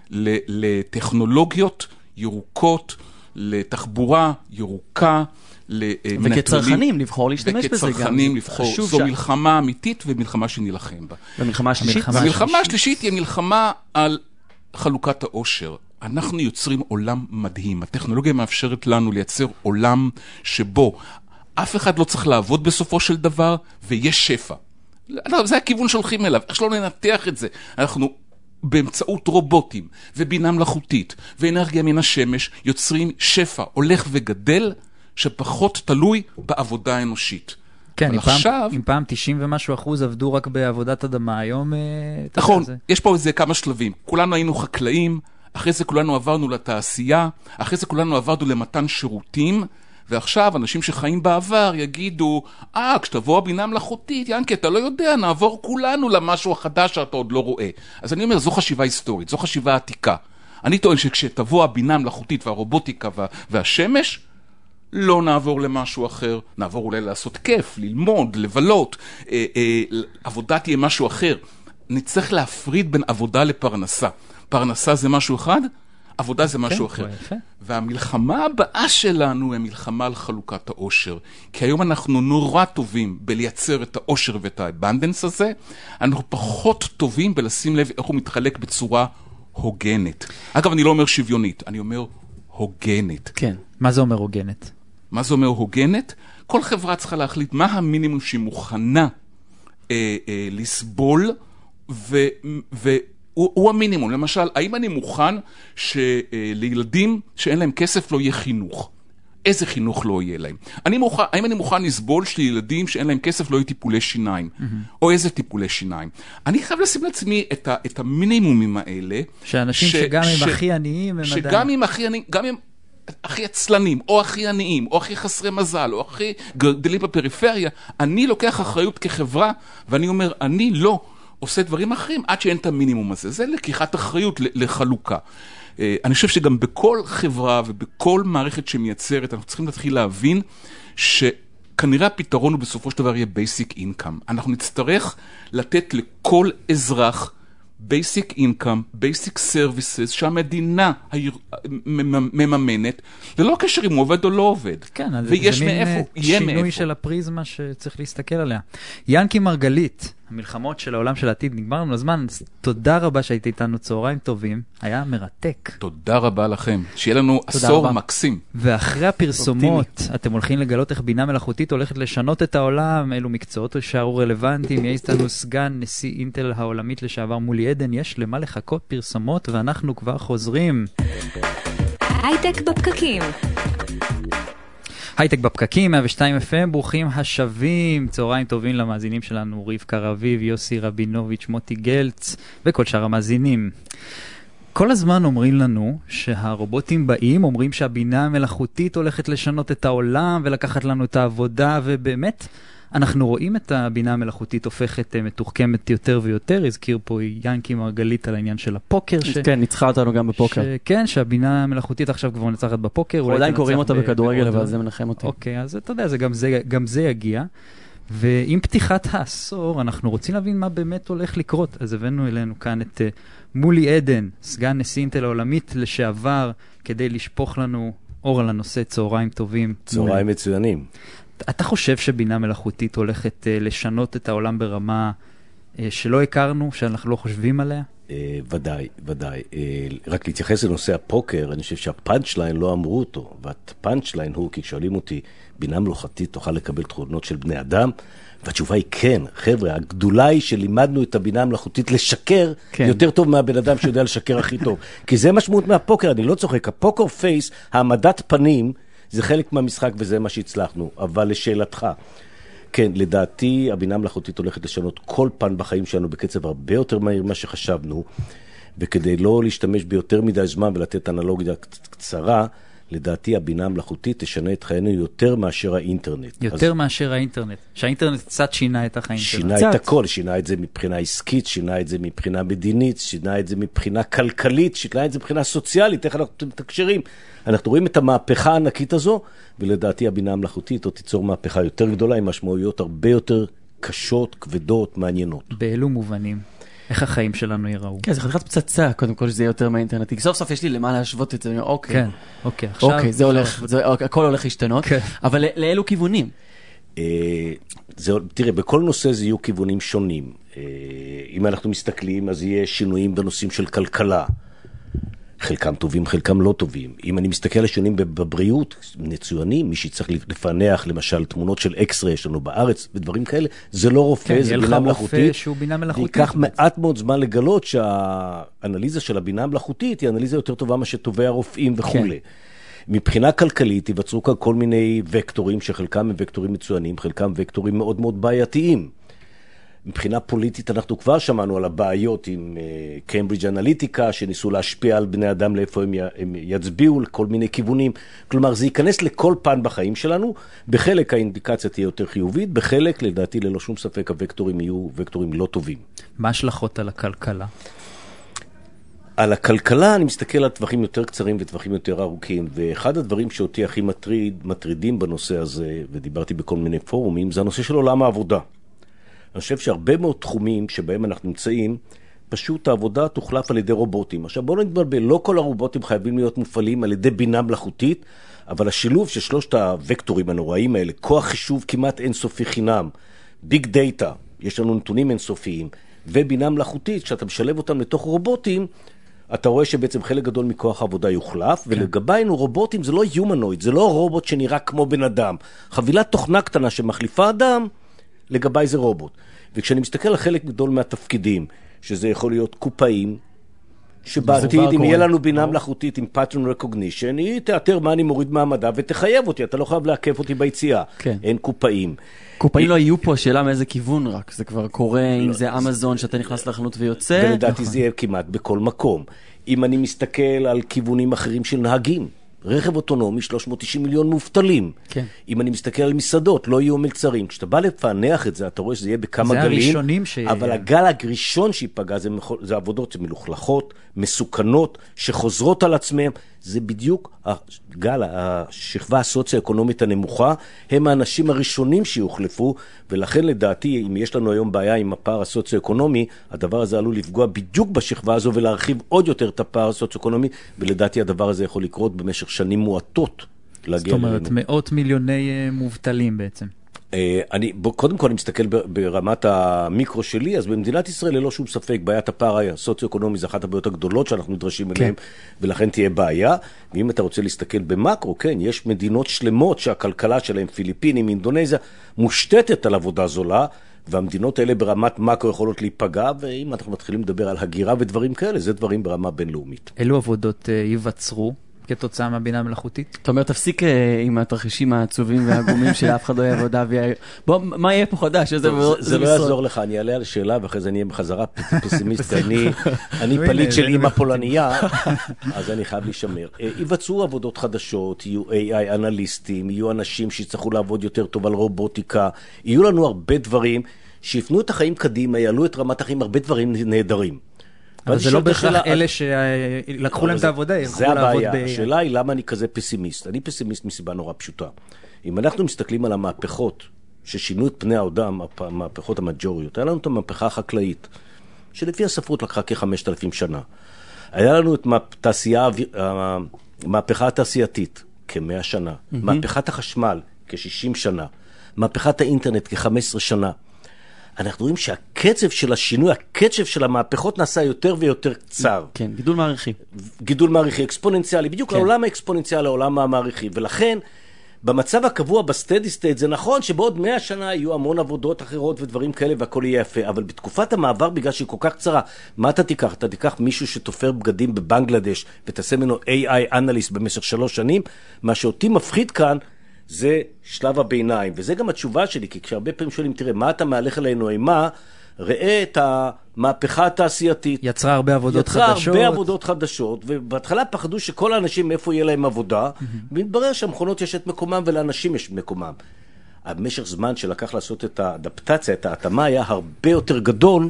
לטכנולוגיות ירוקות, לתחבורה ירוקה, וכצרכנים לבחור להשתמש בזה גם. וכצרכנים לבחור. זו מלחמה אמיתית ומלחמה שנילחם בה. ומלחמה השלישית? המלחמה השלישית היא מלחמה על חלוקת העושר. אנחנו יוצרים עולם מדהים. הטכנולוגיה מאפשרת לנו לייצר עולם שבו אף אחד לא צריך לעבוד בסופו של דבר, ויש שפע. זה הכיוון שהולכים אליו. איך שלא ננתח את זה? אנחנו באמצעות רובוטים ובינה מלאכותית ואנרגיה מן השמש יוצרים שפע הולך וגדל שפחות תלוי בעבודה האנושית. כן, אם פעם 90 ומשהו אחוז עבדו רק בעבודת אדמה, היום... נכון, יש פה איזה כמה שלבים. כולנו היינו חקלאים, אחרי זה כולנו עברנו לתעשייה, אחרי זה כולנו עברנו למתן שירותים, ועכשיו אנשים שחיים בעבר יגידו, כשתבוא הבינה מלאכותית, ינקי, אתה לא יודע, נעבור כולנו למשהו החדש שאתה עוד לא רואה. אז אני אומר, זו חשיבה היסטורית, זו חשיבה עתיקה. אני טוען שכשתבוא הבינה המלאכותית והרובוטיקה והשמש, לא נעבור למשהו אחר, נעבור אולי לעשות כיף, ללמוד, לבלות, עבודה תהיה משהו אחר. נצטרך להפריד בין עבודה לפרנסה. פרנסה זה משהו אחד, עבודה זה משהו אחר. והמלחמה הבאה שלנו היא מלחמה על חלוקת העושר. כי היום אנחנו נורא טובים בלייצר את העושר ואת האבנדנס הזה, אנחנו פחות טובים בלשים לב איך הוא מתחלק בצורה הוגנת. אגב, אני לא אומר שוויונית, אני אומר הוגנת. כן. מה זה אומר הוגנת? מה זה אומר הוגנת? כל חברה צריכה להחליט מה המינימום שהיא מוכנה לסבול, והוא המינימום. למשל, האם אני מוכן שלילדים שאין להם כסף לא יהיה חינוך? איזה חינוך לא יהיה להם? האם אני מוכן לסבול שלילדים שאין להם כסף לא יהיה טיפולי שיניים? או איזה טיפולי שיניים? אני חייב לשים לעצמי את המינימומים האלה. שאנשים שגם הם הכי עניים, שגם הם הכי עניים, גם הם הכי עצלנים, או הכי עניים, או הכי חסרי מזל, או הכי גדלים בפריפריה, אני לוקח אחריות כחברה, ואני אומר, אני לא עושה דברים אחרים עד שאין את המינימום הזה. זה לקיחת אחריות לחלוקה. אני חושב שגם בכל חברה ובכל מערכת שמייצרת, אנחנו צריכים להתחיל להבין שכנראה הפתרון הוא בסופו של דבר יהיה basic income. אנחנו נצטרך לתת לכל אזרח basic income, basic services, שהמדינה מממנת, ללא קשר אם הוא עובד או לא עובד. כן, ויש מאיפה, יהיה מאיפה. שינוי של הפריזמה שצריך להסתכל עליה. ינקי מרגלית, המלחמות של העולם של העתיד, נגמר לנו לזמן, תודה רבה שהייתי איתנו, צהריים טובים, היה מרתק. תודה רבה לכם, שיהיה לנו עשור מקסים. ואחרי הפרסומות, אתם הולכים לגלות איך בינה מלאכותית הולכת לשנות את העולם, אילו מקצועות שערו רלוונטיים, יש איתנו סגן נשיא אינטל העולמית לשעבר מולי עדן, יש למה לחכות פרסומות, ואנחנו כבר חוזרים. הייטק בפקקים. הייטק בפקקים, 102 FM, ברוכים השבים, צהריים טובים למאזינים שלנו, רבקה רביב, יוסי רבינוביץ', מוטי גלץ, וכל שאר המאזינים. כל הזמן אומרים לנו שהרובוטים באים, אומרים שהבינה המלאכותית הולכת לשנות את העולם ולקחת לנו את העבודה, ובאמת אנחנו רואים את הבינה המלאכותית הופכת מתוחכמת יותר ויותר, הזכיר פה ינקי מרגלית על העניין של הפוקר. כן, ניצחה אותנו גם בפוקר. כן, שהבינה המלאכותית עכשיו כבר נצחת בפוקר. עדיין קוראים אותה בכדורגל, אבל זה מנחם אותי. אוקיי, אז אתה יודע, גם זה יגיע. ועם פתיחת העשור, אנחנו רוצים להבין מה באמת הולך לקרות. אז הבאנו אלינו כאן את מולי עדן, סגן נשיא אינטל העולמית לשעבר, כדי לשפוך לנו אור על הנושא, צהריים טובים. צהריים מצוינים. אתה חושב שבינה מלאכותית הולכת לשנות את העולם ברמה שלא הכרנו, שאנחנו לא חושבים עליה? ודאי, ודאי. רק להתייחס לנושא הפוקר, אני חושב שהפאנצ'ליין לא אמרו אותו, והפאנצ'ליין הוא, כי שואלים אותי, בינה מלאכותית תוכל לקבל תכונות של בני אדם? והתשובה היא כן, חבר'ה, הגדולה היא שלימדנו את הבינה המלאכותית לשקר יותר טוב מהבן אדם שיודע לשקר הכי טוב. כי זה משמעות מהפוקר, אני לא צוחק, הפוקר פייס, העמדת פנים, זה חלק מהמשחק וזה מה שהצלחנו. אבל לשאלתך, כן, לדעתי הבינה המלאכותית הולכת לשנות כל פן בחיים שלנו בקצב הרבה יותר מהיר ממה שחשבנו, וכדי לא להשתמש ביותר מדי זמן ולתת אנלוגיה קצרה, לדעתי הבינה המלאכותית תשנה את חיינו יותר מאשר האינטרנט. יותר מאשר האינטרנט. שהאינטרנט קצת שינה את החיים שלנו. שינה את הכל, שינה את זה מבחינה עסקית, שינה את זה מבחינה מדינית, שינה את זה מבחינה כלכלית, שינה את זה מבחינה סוציאלית, איך אנחנו מתקשרים. אנחנו רואים את המהפכה הענקית הזו, ולדעתי הבינה המלאכותית עוד תיצור מהפכה יותר גדולה, עם משמעויות הרבה יותר קשות, כבדות, מעניינות. באילו מובנים? איך החיים שלנו ייראו? כן, זה חתיכת פצצה, קודם כל שזה יהיה יותר מהאינטרנט. כי סוף סוף יש לי למה להשוות את זה, אוקיי. כן, אוקיי, עכשיו... אוקיי, זה הולך, הכל הולך להשתנות. אבל לאילו כיוונים? תראה, בכל נושא זה יהיו כיוונים שונים. אם אנחנו מסתכלים, אז יהיה שינויים בנושאים של כלכלה. חלקם טובים, חלקם לא טובים. אם אני מסתכל על השונים בבריאות, מצוינים, מי שצריך לפענח, למשל, תמונות של אקס-ריי יש לנו בארץ, ודברים כאלה, זה לא רופא, זה בינה מלאכותית. ייקח מעט מאוד זמן לגלות שהאנליזה של הבינה המלאכותית היא אנליזה יותר טובה מה שטובי הרופאים וכו'. מבחינה כלכלית ייווצרו כאן כל מיני וקטורים, שחלקם הם וקטורים מצוינים, חלקם וקטורים מאוד מאוד בעייתיים. מבחינה פוליטית אנחנו כבר שמענו על הבעיות עם קיימברידג' אנליטיקה, שניסו להשפיע על בני אדם לאיפה הם יצביעו, לכל מיני כיוונים. כלומר, זה ייכנס לכל פן בחיים שלנו. בחלק האינדיקציה תהיה יותר חיובית, בחלק, לדעתי, ללא שום ספק, הוקטורים יהיו וקטורים לא טובים. מה השלכות על הכלכלה? על הכלכלה אני מסתכל על טווחים יותר קצרים וטווחים יותר ארוכים, ואחד הדברים שאותי הכי מטרידים בנושא הזה, ודיברתי בכל מיני פורומים, זה הנושא של עולם העבודה. אני חושב שהרבה מאוד תחומים שבהם אנחנו נמצאים, פשוט העבודה תוחלף על ידי רובוטים. עכשיו בואו נתבלבל, לא כל הרובוטים חייבים להיות מופעלים על ידי בינה מלאכותית, אבל השילוב של שלושת הוקטורים הנוראים האלה, כוח חישוב כמעט אינסופי חינם, ביג דאטה, יש לנו נתונים אינסופיים, ובינה מלאכותית, כשאתה משלב אותם לתוך רובוטים, אתה רואה שבעצם חלק גדול מכוח העבודה יוחלף, ולגבינו רובוטים זה לא יומנויד, זה לא רובוט שנראה כמו בן אדם. חבילת תוכנה קטנה שמחליפה אדם, לגבי זה רובוט. וכשאני מסתכל על חלק גדול מהתפקידים, שזה יכול להיות קופאים, שבעתיד, אם יהיה לנו בינה מלאכותית עם pattern recognition, היא תאתר מה אני מוריד מהמדע ותחייב אותי, אתה לא חייב לעקף אותי ביציאה. אין קופאים. קופאים לא יהיו פה, השאלה מאיזה כיוון רק. זה כבר קורה, אם זה אמזון שאתה נכנס לחנות ויוצא. ולדעתי זה יהיה כמעט בכל מקום. אם אני מסתכל על כיוונים אחרים של נהגים, רכב אוטונומי, 390 מיליון מובטלים. כן. אם אני מסתכל על מסעדות, לא יהיו מלצרים. כשאתה בא לפענח את זה, אתה רואה שזה יהיה בכמה גלים. זה הראשונים אבל הגל הראשון שיפגע, זה עבודות, זה מלוכלכות, מסוכנות, שחוזרות על עצמם. זה בדיוק הגל, השכבה הסוציו-אקונומית הנמוכה, הם האנשים הראשונים שיוחלפו, ולכן לדעתי, אם יש לנו היום בעיה עם הפער הסוציו-אקונומי, הדבר הזה עלול לפגוע בדיוק בשכבה הזו, ולהרחיב עוד יותר את הפער הסוציו-אקונומי, ולדעתי הדבר הזה יכול לקרות במשך שנים מועטות. זאת אומרת, מאות מיליוני מובטלים בעצם. קודם כל אני מסתכל ברמת המיקרו שלי, אז במדינת ישראל ללא שום ספק, בעיית הפער הסוציו-אקונומי זה אחת הבעיות הגדולות שאנחנו נדרשים אליהם, ולכן תהיה בעיה. ואם אתה רוצה להסתכל במקרו, כן, יש מדינות שלמות שהכלכלה שלהם, פיליפינים, אינדונזיה, מושתתת על עבודה זולה, והמדינות האלה ברמת מקרו יכולות להיפגע, ואם אנחנו מתחילים לדבר על הגירה ודברים כאלה, זה דברים ברמה בינלאומית. אילו עבודות ייווצרו כתוצאה מהבינה המלאכותית? אתה אומר, תפסיק עם התרחישים העצובים והעגומים שאף אחד לא יהיה עבודה בוא, מה יהיה פה חדש? זה לא יעזור לך, אני אעלה על שאלה ואחרי זה אני אהיה בחזרה פסימיסט, אני פליט של אמא פולניה, אז אני חייב להישמר. ייווצרו עבודות חדשות, יהיו AI אנליסטים, יהיו אנשים שיצטרכו לעבוד יותר טוב על רובוטיקה, יהיו לנו הרבה דברים שיפנו את החיים קדימה, יעלו את רמת החיים, הרבה דברים נהדרים. אבל זה לא בהכרח אלה שלקחו להם את העבודה, ילכו לעבוד זה הבעיה. השאלה היא למה אני כזה פסימיסט. אני פסימיסט מסיבה נורא פשוטה. אם אנחנו מסתכלים על המהפכות ששינו את פני העולם, המהפכות המג'וריות, היה לנו את המהפכה החקלאית, שלפי הספרות לקחה כ-5,000 שנה. היה לנו את המהפכה התעשייתית, כ-100 שנה, מהפכת החשמל כ-60 שנה, מהפכת האינטרנט כ-15 שנה. אנחנו רואים שהקצב של השינוי, הקצב של המהפכות נעשה יותר ויותר קצר. כן, גידול מעריכי. גידול מעריכי, אקספוננציאלי, בדיוק העולם האקספוננציאלי, העולם המעריכי. ולכן, במצב הקבוע, בסטדי סטייט, זה נכון שבעוד 100 שנה יהיו המון עבודות אחרות ודברים כאלה והכל יהיה יפה, אבל בתקופת המעבר, בגלל שהיא כל כך קצרה, מה אתה תיקח? אתה תיקח מישהו שתופר בגדים בבנגלדש, ותעשה ממנו AI אנליסט במשך 3 שנים, מה שאותי מפחיד כאן, זה שלב הביניים, וזה גם התשובה שלי, כי כשהרבה פעמים שואלים, תראה, מה אתה מהלך עלינו אימה? ראה את המהפכה התעשייתית. יצרה הרבה עבודות חדשות. יצרה הרבה עבודות חדשות, ובהתחלה פחדו שכל האנשים מאיפה יהיה להם עבודה, ומתברר שהמכונות יש את מקומם ולאנשים יש את מקומם. המשך זמן שלקח לעשות את האדפטציה, את ההתאמה, היה הרבה יותר גדול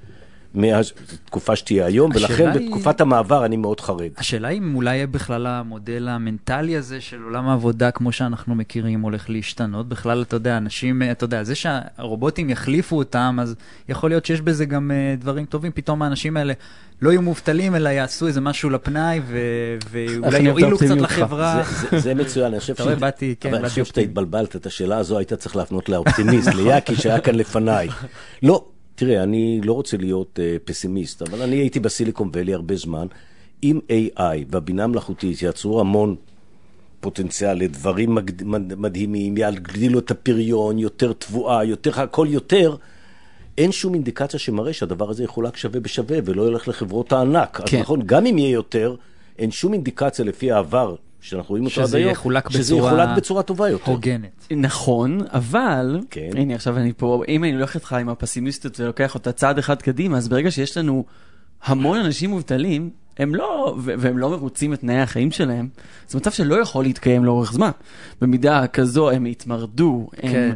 מהתקופה שתהיה היום, ולכן בתקופת המעבר אני מאוד חרד. השאלה היא אם אולי בכלל המודל המנטלי הזה של עולם העבודה, כמו שאנחנו מכירים, הולך להשתנות. בכלל, אתה יודע, אנשים, אתה יודע, זה שהרובוטים יחליפו אותם, אז יכול להיות שיש בזה גם דברים טובים. פתאום האנשים האלה לא יהיו מובטלים, אלא יעשו איזה משהו לפנאי, ואולי יועילו קצת לחברה. זה מצוין, אני חושב שאתה התבלבלת את השאלה הזו, היית צריך להפנות לאופטימיסט, ליאקי שהיה כאן לפניי. לא. תראה, אני לא רוצה להיות פסימיסט, אבל אני הייתי בסיליקון ואלי הרבה זמן. עם AI והבינה המלאכותית יצרו המון פוטנציאל לדברים מדהימים, יגדילו את הפריון, יותר תבואה, יותר, הכל יותר. אין שום אינדיקציה שמראה שהדבר הזה יחולק שווה בשווה, ולא ילך לחברות הענק. כן. אז נכון, גם אם יהיה יותר, אין שום אינדיקציה לפי העבר, שאנחנו רואים אותו עד היום, שזה יחולק בצורה טובה יותר. הוגנת. נכון, אבל, הנה עכשיו אני פה, אם אני הולך איתך עם הפסימיסטיות ולוקח אותה צעד אחד קדימה, אז ברגע שיש לנו המון אנשים מובטלים, הם לא, והם לא מרוצים את תנאי החיים שלהם, זה מצב שלא יכול להתקיים לאורך זמן. במידה כזו הם התמרדו,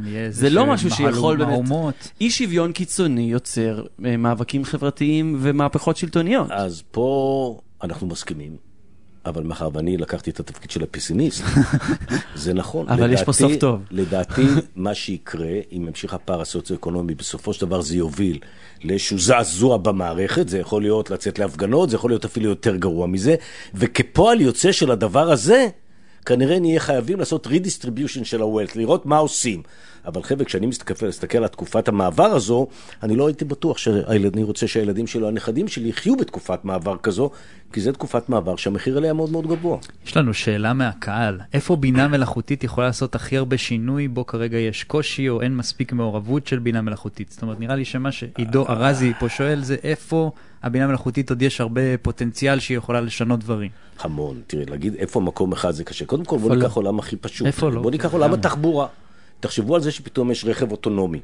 זה לא משהו שיכול באמת, אי שוויון קיצוני יוצר מאבקים חברתיים ומהפכות שלטוניות. אז פה אנחנו מסכימים. אבל מאחר ואני לקחתי את התפקיד של הפסימיסט, זה נכון. אבל יש פה סוף טוב. לדעתי, מה שיקרה, אם ימשיך הפער הסוציו-אקונומי, בסופו של דבר זה יוביל לאיזשהו זעזוע במערכת, זה יכול להיות לצאת להפגנות, זה יכול להיות אפילו יותר גרוע מזה, וכפועל יוצא של הדבר הזה, כנראה נהיה חייבים לעשות redistribution של ה-wealth, לראות מה עושים. אבל חבר'ה, כשאני מסתכל על תקופת המעבר הזו, אני לא הייתי בטוח שאני רוצה שהילדים שלו, הנכדים שלי, יחיו בתקופת מעבר כזו, כי זו תקופת מעבר שהמחיר עליה מאוד מאוד גבוה. יש לנו שאלה מהקהל. איפה בינה מלאכותית יכולה לעשות הכי הרבה שינוי, בו כרגע יש קושי או אין מספיק מעורבות של בינה מלאכותית? זאת אומרת, נראה לי שמה שעידו ארזי פה שואל זה איפה הבינה מלאכותית עוד יש הרבה פוטנציאל שהיא יכולה לשנות דברים. המון. תראה, להגיד איפה מקום אחד זה קשה. קודם כל, בוא ניקח עולם הכי פשוט. בוא ניקח עולם התחבורה. תחשבו על זה שפתאום יש רכב אוטונומי.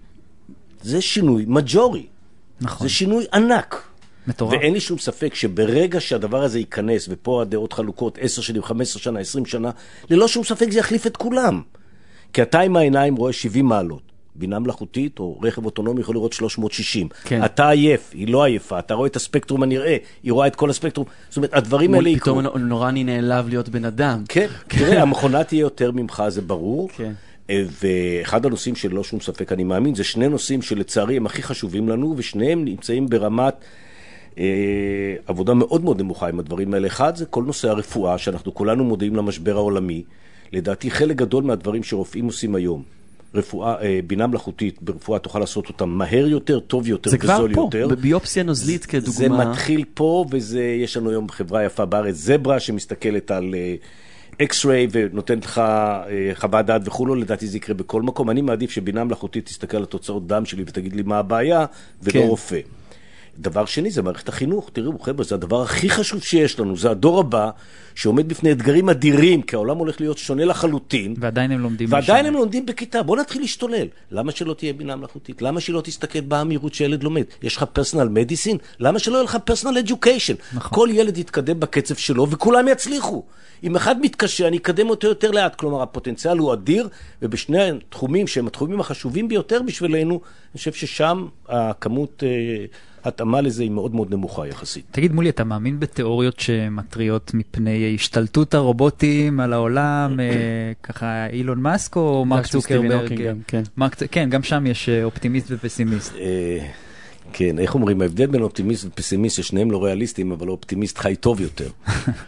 זה שינוי מג'ורי. נכון. זה שינוי ענק. מטורף. ואין לי שום ספק שברגע שהדבר הזה ייכנס, ופה הדעות חלוקות 10 שנים, 15 שנה, 20 שנה, ללא שום ספק זה יחליף את כולם. כי אתה עם העיניים רואה 70 מעלות. בינה מלאכותית או רכב אוטונומי יכול לראות 360. כן. אתה עייף, היא לא עייפה. אתה רואה את הספקטרום הנראה, היא רואה את כל הספקטרום. זאת אומרת, הדברים האלה יקרו. פתאום נורא אני נעלב להיות בן אדם. כן. תראה, המכונה תהיה יותר ממך, זה ברור. כן. ואחד הנושאים שלא שום ספק, אני מאמין, זה 2 נושאים שלצערי הם הכי חשובים לנו, ושניהם נמצאים ברמת עבודה מאוד מאוד נמוכה עם הדברים האלה. אחד זה כל נושא הרפואה, שאנחנו כולנו מודעים למשבר העולמי. לדעתי חלק גדול מהדברים שרופאים עושים היום, רפואה, בינה מלאכותית ברפואה תוכל לעשות אותם מהר יותר, טוב יותר וזול יותר. זה כבר פה, בביופסיה נוזלית כדוגמה. זה מתחיל פה, יש לנו היום חברה יפה בארץ, זברה, שמסתכלת על אקס-ריי ונותנת לך חוות דעת וכולו, לדעתי זה יקרה בכל מקום. אני מעדיף שבינה מלאכותית תסתכל על התוצאות דם שלי ותגיד לי מה הבעיה, ולא רופא. דבר שני זה מערכת החינוך. תראו, חבר'ה, זה הדבר הכי חשוב שיש לנו. זה הדור הבא שעומד בפני אתגרים אדירים, כי העולם הולך להיות שונה לחלוטין. ועדיין הם לומדים. ועדיין הם לומדים בכיתה. בוא נתחיל להשתולל. למה שלא תהיה בינה מלאכותית? למה שלא תסתכל במהירות שילד לומד? יש לך פרסונל מדיסין? למה שלא יהיה לך פרסונל אדיוקיישן? נכון. כל ילד יתקדם בקצב שלו וכולם יצליחו. אם אחד מתקשה, אני אקדם אותו יותר לאט. כלומר, הפוטנציאל הוא אדיר, ובשני התחומים שהם התחומים החשובים ביותר בשבילנו, אני חושב ששם הכמות התאמה לזה היא מאוד מאוד נמוכה יחסית. תגיד מולי, אתה מאמין בתיאוריות שמטריות מפני השתלטות הרובוטים על העולם, ככה אילון מאסק או מרק צוקרברג? כן, גם שם יש אופטימיסט ופסימיסט. כן, איך אומרים, ההבדל בין אופטימיסט ופסימיסט, ששניהם לא ריאליסטים, אבל האופטימיסט חי טוב יותר.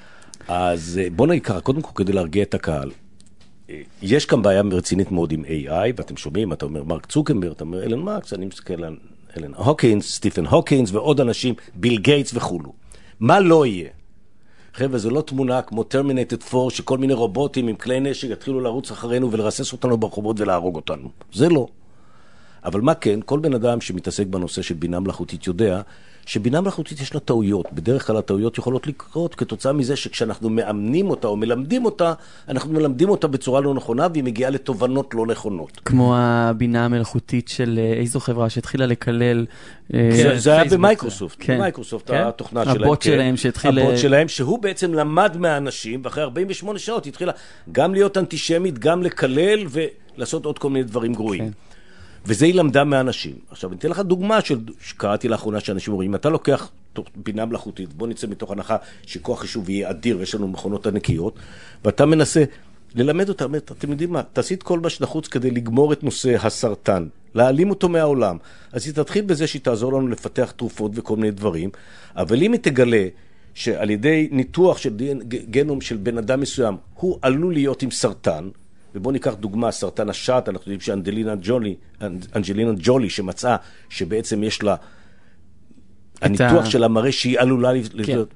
אז בוא נקרא, קודם כל כדי להרגיע את הקהל. יש כאן בעיה רצינית מאוד עם AI, ואתם שומעים, אתה אומר מרק צוקנברג, אתה אומר אלן מאסק, אני מסתכל על אלן הוקינס, סטיפן הוקינס ועוד אנשים, ביל גייטס וכולו. מה לא יהיה? חבר'ה, זו לא תמונה כמו Terminated 4, שכל מיני רובוטים עם כלי נשק יתחילו לרוץ אחרינו ולרסס אותנו ברחובות ולהרוג אותנו. זה לא. אבל מה כן, כל בן אדם שמתעסק בנושא של בינה מלאכותית יודע שבינה מלאכותית יש לה טעויות. בדרך כלל הטעויות יכולות לקרות כתוצאה מזה שכשאנחנו מאמנים אותה או מלמדים אותה, אנחנו מלמדים אותה בצורה לא נכונה והיא מגיעה לתובנות לא נכונות. כמו הבינה המלאכותית של איזו חברה שהתחילה לקלל... זה היה במייקרוסופט. במייקרוסופט התוכנה שלהם. הבוט שלהם שהתחיל... הבוט שלהם שהוא בעצם למד מהאנשים ואחרי 48 שעות התחילה גם להיות אנטישמית, גם לקלל ולעשות עוד כל מיני דברים גרועים. וזה היא למדה מהאנשים. עכשיו, אני אתן לך דוגמה שקראתי לאחרונה שאנשים אומרים, אם אתה לוקח בינה מלאכותית, בוא נצא מתוך הנחה שכוח חישוב יהיה אדיר, ויש לנו מכונות ענקיות, ואתה מנסה ללמד אותה, אתם יודעים מה, תעשי את כל מה שנחוץ כדי לגמור את נושא הסרטן, להעלים אותו מהעולם. אז היא תתחיל בזה שהיא תעזור לנו לפתח תרופות וכל מיני דברים, אבל אם היא תגלה שעל ידי ניתוח של גנום של בן אדם מסוים, הוא עלול להיות עם סרטן, ובואו ניקח דוגמה, סרטן השד, אנחנו יודעים שאנג'לינה ג'ולי שמצאה שבעצם יש לה הניתוח שלה מראה שהיא עלולה להיות...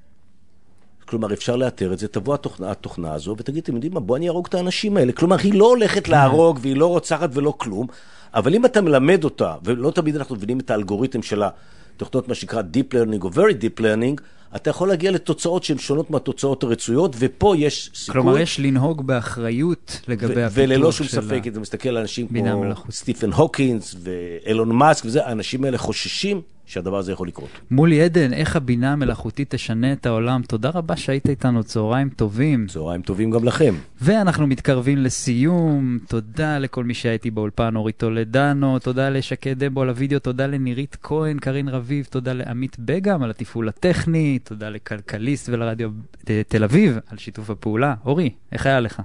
כלומר, אפשר לאתר את זה, תבוא התוכנה הזו ותגיד, אתם יודעים מה, בוא אני ארוג את האנשים האלה. כלומר, היא לא הולכת להרוג והיא לא רוצחת ולא כלום, אבל אם אתה מלמד אותה, ולא תמיד אנחנו מבינים את האלגוריתם שלה, תוכנות מה שנקרא Deep Learning או Very Deep Learning, אתה יכול להגיע לתוצאות שהן שונות מהתוצאות הרצויות, ופה יש סיכוי... כלומר, יש לנהוג באחריות לגבי הפיתוח של... וללא שום ספק, אתה מסתכל על אנשים כמו סטיפן הוקינס ואילון מאסק וזה, האנשים האלה חוששים שהדבר הזה יכול לקרות. מולי עדן, איך הבינה המלאכותית תשנה את העולם? תודה רבה שהיית איתנו, צהריים טובים. צהריים טובים גם לכם. ואנחנו מתקרבים לסיום. תודה לכל מי שהייתי באולפן, אורי טולדנו, תודה לשקד דבו על הוידאו, תודה לנירית כהן, קרין רביב, תודה לעמית בגם על התפעול הטכני, תודה לכלכליסט ולרדיו תל אביב על שיתוף הפעולה. אורי, איך היה לך?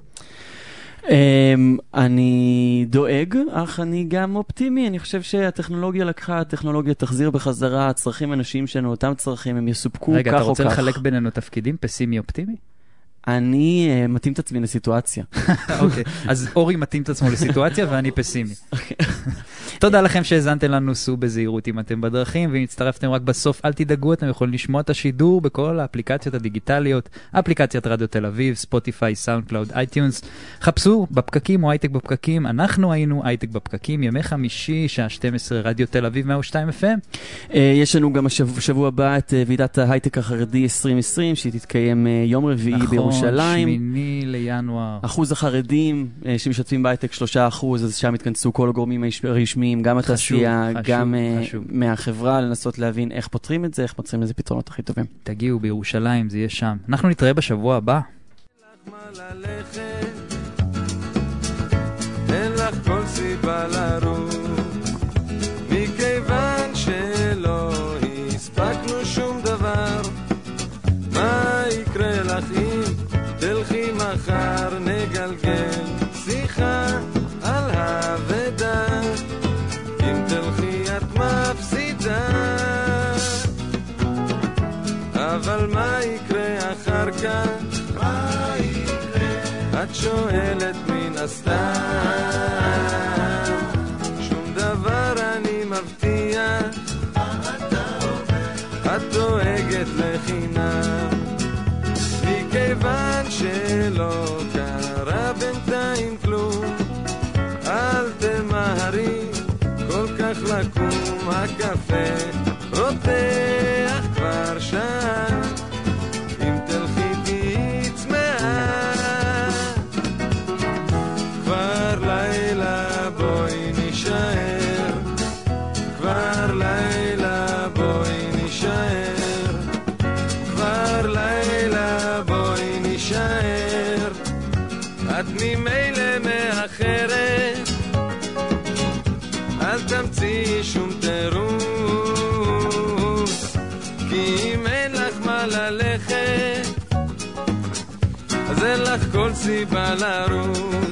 אני דואג, אך אני גם אופטימי. אני חושב שהטכנולוגיה לקחה, הטכנולוגיה תחזיר בחזרה, הצרכים אנושיים שלנו, אותם צרכים, הם יסופקו כך או כך. רגע, אתה רוצה לחלק בינינו תפקידים? פסימי אופטימי? אני מתאים את עצמי לסיטואציה. אוקיי, אז אורי מתאים את עצמו לסיטואציה ואני פסימי. תודה לכם שהזנתם לנו, סעו בזהירות אם אתם בדרכים, ואם הצטרפתם רק בסוף, אל תדאגו, אתם יכולים לשמוע את השידור בכל האפליקציות הדיגיטליות, אפליקציית רדיו תל אביב, ספוטיפיי, סאונד קלאוד, אייטיונס. חפשו בפקקים או הייטק בפקקים, אנחנו היינו הייטק בפקקים, ימי חמישי, שעה 12, רדיו תל אביב 102 FM. יש לנו גם השבוע הבא את ועידת ההייטק החרדי 2020, שהיא תתקיים יום רביעי בירושלים. 8 לינואר. אחוז החרדים שמשתתפים בהייטק 3%, אז שם התכנסו כל הגורמים הרשמיים, גם התעשייה, גם מהחברה, לנסות להבין איך פותרים את זה, איך מוצאים לזה פתרונות הכי טובים. תגיעו בירושלים, זה יהיה שם. אנחנו נתראה בשבוע הבא. אין לך כל סיבה לרוץ, מכיוון שלא הספקנו שום דבר. מה יקרה לך אם תלכי מחר, נגלגל שיחה על העבודה, אם תלכי את מפסידה. אבל מה יקרה אחר כך? מה יקרה? את שואלת מן הסתם, שום דבר אני מבטיח, את דואגת לחינם, מכיוון שלא קרה בינתיים כלום. אל תמהרי כל כך לקום, הקפה רותח כבר שעה, אם תלכי תצמאה. כבר לילה בואי נשאר, כבר לילה בואי נשאר, כבר לילה בואי נשאר. את ממילא מאחרת, אל תמציא שום תירוץ, כי אם אין לך מה ללכת, אז אין לך כל סיבה לרוץ.